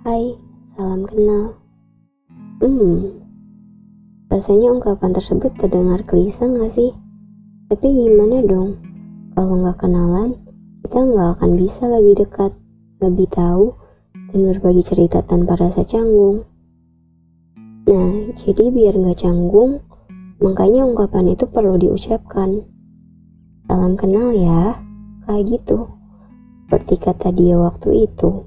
Hai, salam kenal. Rasanya ungkapan tersebut terdengar klise gak sih? Tapi gimana dong? Kalau gak kenalan, kita gak akan bisa lebih dekat, lebih tahu, dan berbagi cerita tanpa rasa canggung. Nah, jadi biar gak canggung, makanya ungkapan itu perlu diucapkan. Salam kenal ya, kayak gitu. Seperti kata dia waktu itu.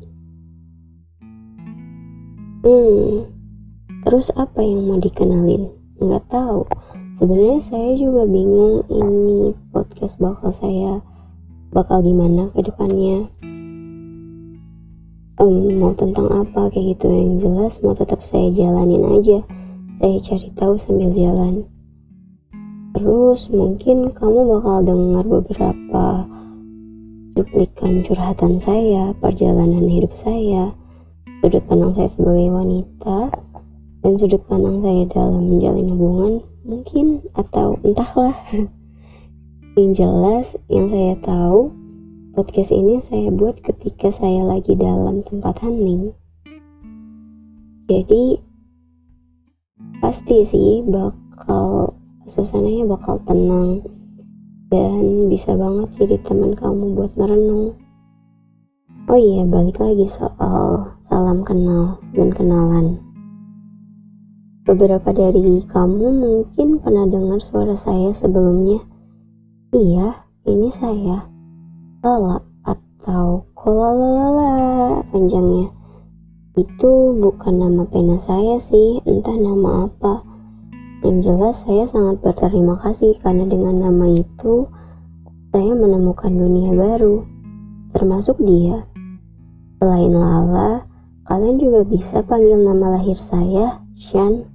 Terus apa yang mau dikenalin? Nggak tahu. Sebenarnya saya juga bingung ini podcast bakal gimana ke depannya. Mau tentang apa kayak gitu, yang jelas mau tetap saya jalanin aja. Saya cari tahu sambil jalan. Terus mungkin kamu bakal dengar beberapa cuplikan curhatan saya, perjalanan hidup saya, sudut pandang saya sebagai wanita, dan sudut pandang saya dalam menjalin hubungan mungkin, atau entahlah. Yang jelas yang saya tahu, podcast ini saya buat ketika saya lagi dalam tempat hening. Jadi pasti sih suasananya bakal tenang dan bisa banget jadi teman kamu buat merenung. Oh iya, balik lagi soal salam kenal dan kenalan. Beberapa dari kamu mungkin pernah dengar suara saya sebelumnya. Iya, ini saya. Lala atau Kolalala panjangnya. Itu bukan nama pena saya sih, entah nama apa. Yang jelas saya sangat berterima kasih karena dengan nama itu saya menemukan dunia baru, termasuk dia. Selain Lala, kalian juga bisa panggil nama lahir saya Shan,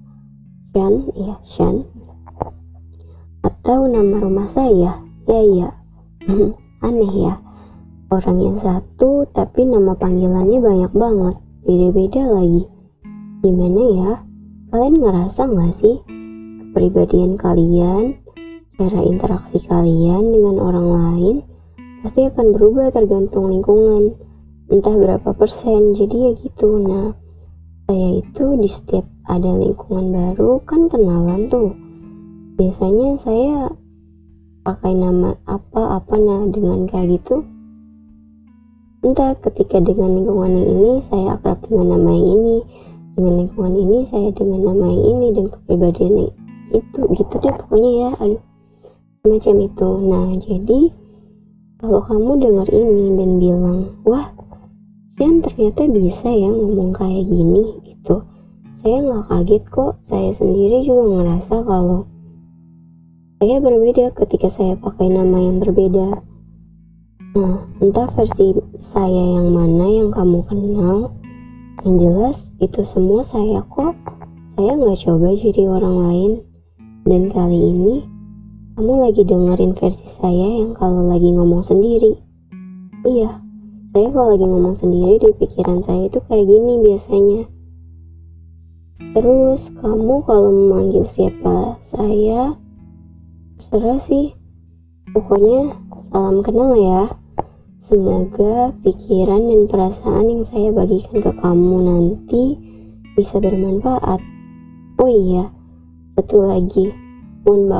atau nama rumah saya Yaya. Aneh ya, orang yang satu tapi nama panggilannya banyak banget, beda-beda lagi. Gimana ya, kalian ngerasa gak sih kepribadian kalian, cara interaksi kalian dengan orang lain pasti akan berubah tergantung lingkungan, entah berapa persen. Jadi ya gitu. Nah, saya itu di setiap ada lingkungan baru kan kenalan tuh. Biasanya saya pakai nama apa nah dengan kayak gitu. Entah ketika dengan lingkungan yang ini saya akrab dengan nama yang ini, dengan lingkungan ini saya dengan nama yang ini, dan kepribadian yang itu gitu deh pokoknya ya. Semacam itu. Nah, jadi kalau kamu dengar ini dan bilang, wah Jan ternyata bisa ya ngomong kayak gini gitu, saya gak kaget kok. Saya sendiri juga ngerasa kalau saya berbeda ketika saya pakai nama yang berbeda. Nah, entah versi saya yang mana yang kamu kenal, yang jelas itu semua saya kok. Saya gak coba jadi orang lain. Dan kali ini kamu lagi dengerin versi saya yang kalau lagi ngomong sendiri. Iya, saya kalau lagi ngomong sendiri di pikiran saya itu kayak gini biasanya. Terus kamu kalau memanggil siapa saya, terserah sih. Pokoknya salam kenal ya. Semoga pikiran dan perasaan yang saya bagikan ke kamu nanti bisa bermanfaat. Oh iya, satu lagi, mohon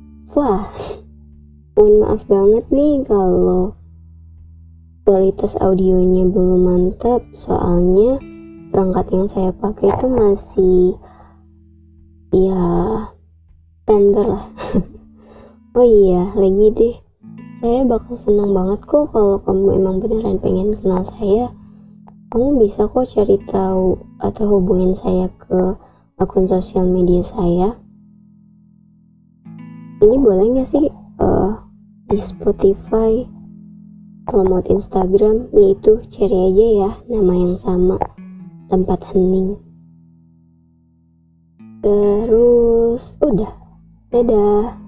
maaf banget nih kalau kualitas audionya belum mantap, soalnya perangkat yang saya pakai itu masih ya standar lah. Oh iya, lagi deh, saya bakal senang banget kok kalau kamu emang beneran pengen kenal saya. Kamu bisa kok cari tahu atau hubungin saya ke akun sosial media saya. Ini boleh gak sih di Spotify promote Instagram, yaitu cari aja ya nama yang sama, tempat hening. Terus udah, dadah.